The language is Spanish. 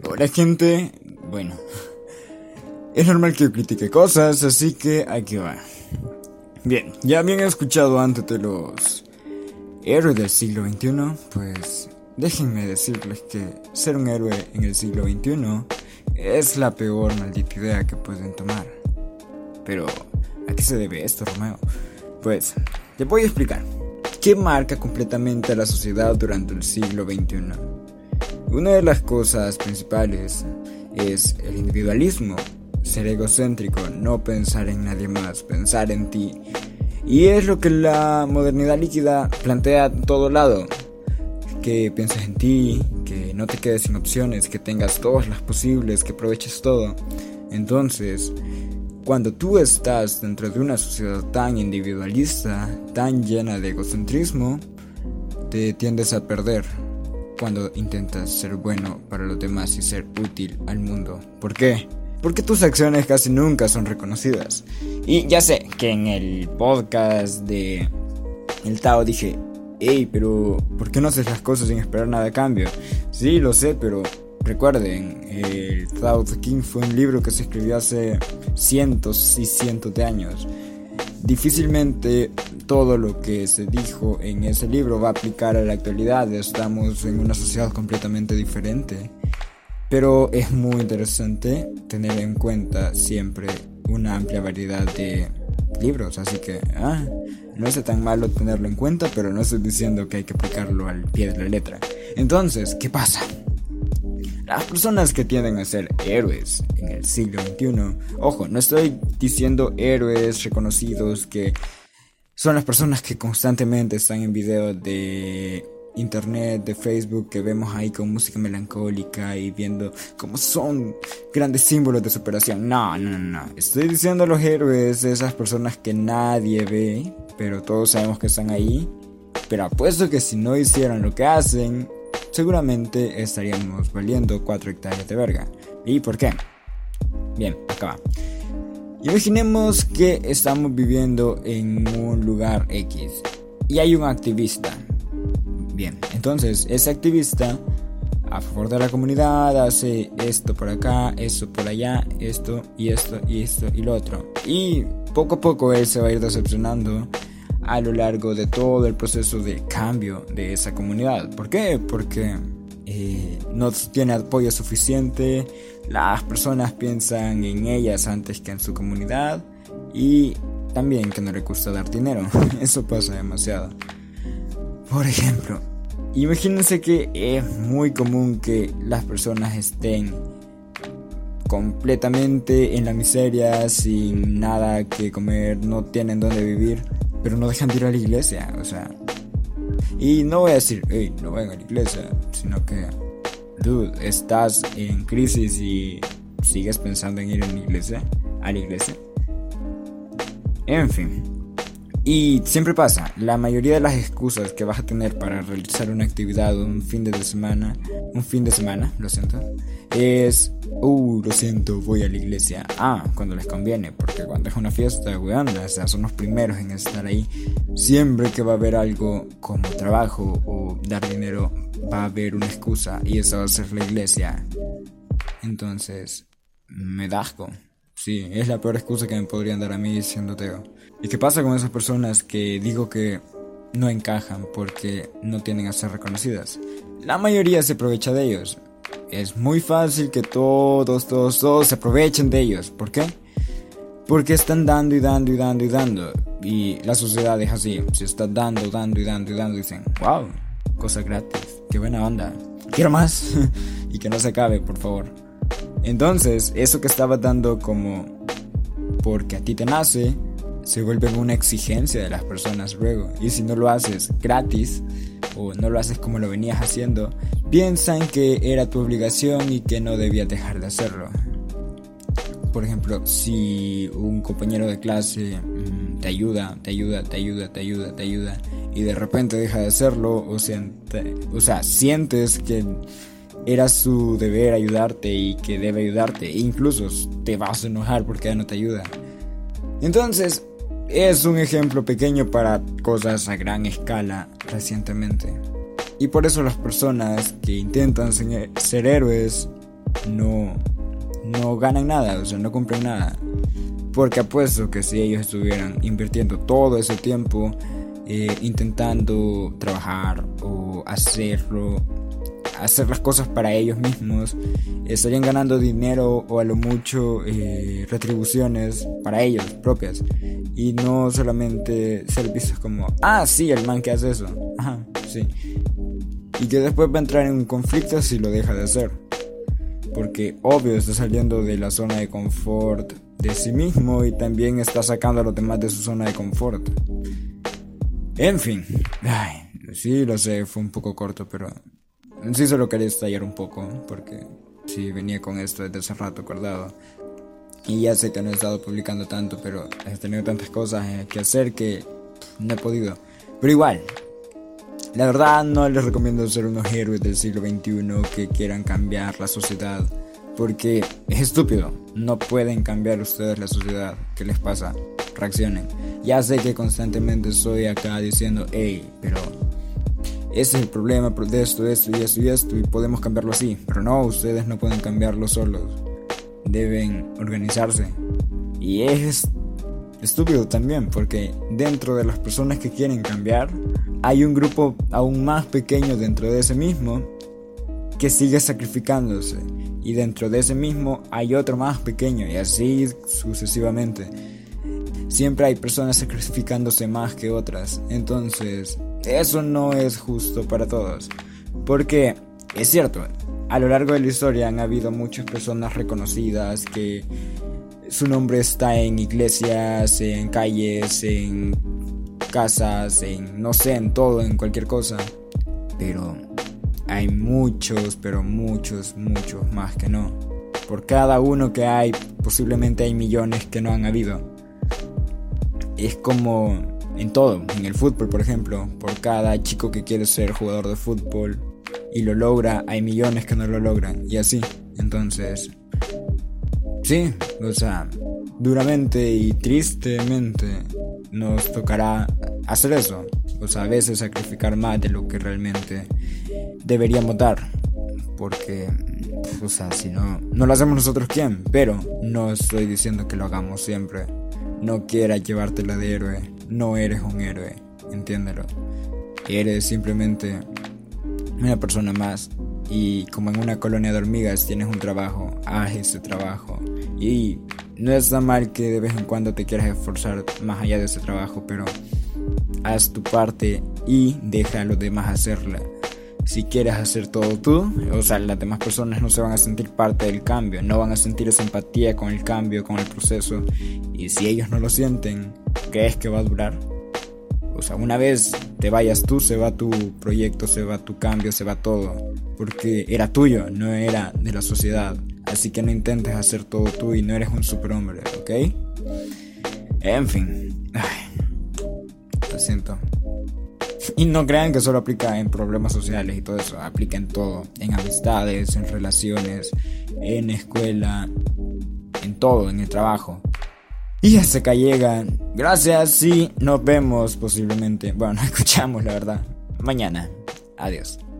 Hola gente, bueno, es normal que yo critique cosas, así que aquí va. Bien, ya habían escuchado antes de los héroes del siglo XXI, pues déjenme decirles que ser un héroe en el siglo XXI es la peor maldita idea que pueden tomar. Pero, ¿a qué se debe esto, Romeo? Pues, te voy a explicar. ¿Qué marca completamente a la sociedad durante el siglo XXI? Una de las cosas principales es el individualismo, ser egocéntrico, no pensar en nadie más, pensar en ti. Y es lo que la modernidad líquida plantea a todo lado, que pienses en ti, que no te quedes sin opciones, que tengas todas las posibles, que aproveches todo. Entonces, cuando tú estás dentro de una sociedad tan individualista, tan llena de egocentrismo, te tiendes a perder cuando intentas ser bueno para los demás y ser útil al mundo. ¿Por qué? Porque tus acciones casi nunca son reconocidas. Y ya sé que en el podcast de El Tao dije, hey, pero ¿por qué no haces las cosas sin esperar nada a cambio? Sí, lo sé, pero recuerden, el Tao Te Ching fue un libro que se escribió hace cientos y cientos de años. Difícilmente todo lo que se dijo en ese libro va a aplicar a la actualidad. Estamos en una sociedad completamente diferente. Pero es muy interesante tener en cuenta siempre una amplia variedad de libros. Así que no es tan malo tenerlo en cuenta, pero no estoy diciendo que hay que aplicarlo al pie de la letra. Entonces, ¿qué pasa? Las personas que tienden a ser héroes en el siglo XXI, ojo, no estoy diciendo héroes reconocidos que son las personas que constantemente están en videos de internet, de Facebook, que vemos ahí con música melancólica y viendo cómo son grandes símbolos de superación. No. Estoy diciendo los héroes, esas personas que nadie ve, pero todos sabemos que están ahí. Pero apuesto que si no hicieran lo que hacen, seguramente estaríamos valiendo 4 hectáreas de verga. ¿Y por qué? Bien, acá va. Imaginemos que estamos viviendo en un lugar X y hay un activista. Bien, entonces ese activista a favor de la comunidad hace esto por acá, eso por allá, esto y esto y esto y lo otro. Y poco a poco él se va a ir decepcionando a lo largo de todo el proceso de cambio de esa comunidad. ¿Por qué? Porque no tiene apoyo suficiente, las personas piensan en ellas antes que en su comunidad y también que no le gusta dar dinero. Eso pasa demasiado. Por ejemplo, imagínense que es muy común que las personas estén completamente en la miseria, sin nada que comer, no tienen dónde vivir, pero no dejan de ir a la iglesia, o sea. Y no voy a decir, hey, no vayan a la iglesia, sino que, dude, estás en crisis y sigues pensando en ir a la iglesia. En fin. Y siempre pasa, la mayoría de las excusas que vas a tener para realizar una actividad un fin de semana, es, lo siento, voy a la iglesia. Cuando les conviene, porque cuando es una fiesta, weón, o sea, son los primeros en estar ahí. Siempre que va a haber algo como trabajo o dar dinero, va a haber una excusa y esa va a ser la iglesia. Entonces, me da asco. Sí, es la peor excusa que me podrían dar a mí siendo ateo. ¿Y qué pasa con esas personas que digo que no encajan porque no tienden a ser reconocidas? La mayoría se aprovecha de ellos. Es muy fácil que todos se aprovechen de ellos. ¿Por qué? Porque están dando y dando y dando y dando. Y la sociedad es así. Se está dando y dicen, wow, cosa gratis, qué buena onda, quiero más. Y que no se acabe, por favor. Entonces, eso que estabas dando como porque a ti te nace, se vuelve una exigencia de las personas luego. Y si no lo haces gratis, o no lo haces como lo venías haciendo, piensan que era tu obligación y que no debías dejar de hacerlo. Por ejemplo, si un compañero de clase te ayuda, y de repente deja de hacerlo, o sea, sientes que era su deber ayudarte y que debe ayudarte, e incluso te vas a enojar porque ya no te ayuda. Entonces, es un ejemplo pequeño para cosas a gran escala recientemente. Y por eso las personas que intentan ser héroes no ganan nada, o sea, no cumplen nada. Porque apuesto que si ellos estuvieran invirtiendo todo ese tiempo intentando trabajar o hacer las cosas para ellos mismos, estarían ganando dinero o a lo mucho retribuciones para ellos propias, y no solamente ser vistos como, sí, el man que hace eso, sí, y que después va a entrar en un conflicto si lo deja de hacer, porque obvio está saliendo de la zona de confort de sí mismo y también está sacando a los demás de su zona de confort. En fin, sí, lo sé, fue un poco corto, pero sí solo quería estallar un poco, porque sí venía con esto desde hace rato acordado. Y ya sé que no he estado publicando tanto, pero he tenido tantas cosas que hacer que no he podido. Pero igual, la verdad no les recomiendo ser unos héroes del siglo XXI que quieran cambiar la sociedad, porque es estúpido. No pueden cambiar ustedes la sociedad. ¿Qué les pasa? Reaccionen. Ya sé que constantemente estoy acá diciendo, pero ese es el problema de esto y podemos cambiarlo así. Pero no, ustedes no pueden cambiarlo solos. Deben organizarse. Y es estúpido también, porque dentro de las personas que quieren cambiar hay un grupo aún más pequeño dentro de ese mismo que sigue sacrificándose, y dentro de ese mismo hay otro más pequeño, y así sucesivamente. Siempre hay personas sacrificándose más que otras. Entonces eso no es justo para todos, porque es cierto, a lo largo de la historia han habido muchas personas reconocidas que su nombre está en iglesias, en calles, en casas, no sé, en todo, en cualquier cosa. Pero hay muchos, pero muchos más que no. Por cada uno que hay, posiblemente hay millones que no han habido. Es como en todo, en el fútbol por ejemplo. Por cada chico que quiere ser jugador de fútbol y lo logra, hay millones que no lo logran, y así. Entonces, sí, o sea, duramente y tristemente nos tocará hacer eso. O sea, a veces sacrificar más de lo que realmente deberíamos dar, porque, o sea, si no lo hacemos nosotros, ¿quién? Pero no estoy diciendo que lo hagamos siempre. No quieras llevártela de héroe. No eres un héroe, entiéndelo. Eres simplemente una persona más. Y como en una colonia de hormigas tienes un trabajo, haz ese trabajo. Y no está mal que de vez en cuando te quieras esforzar más allá de ese trabajo, pero haz tu parte y deja a los demás hacerla. Si quieres hacer todo tú, o sea, las demás personas no se van a sentir parte del cambio, no van a sentir esa empatía con el cambio, con el proceso. Y si ellos no lo sienten, ¿crees que va a durar? O sea, una vez te vayas tú, se va tu proyecto, se va tu cambio, se va todo, porque era tuyo, no era de la sociedad. Así que no intentes hacer todo tú y no eres un superhombre, ¿ok? En fin, lo siento. Y no crean que solo aplica en problemas sociales y todo eso, aplica en todo, en amistades, en relaciones, en escuela, en todo, en el trabajo. Y hasta acá llegan. Gracias y nos vemos posiblemente. Bueno, nos escuchamos la verdad mañana. Adiós.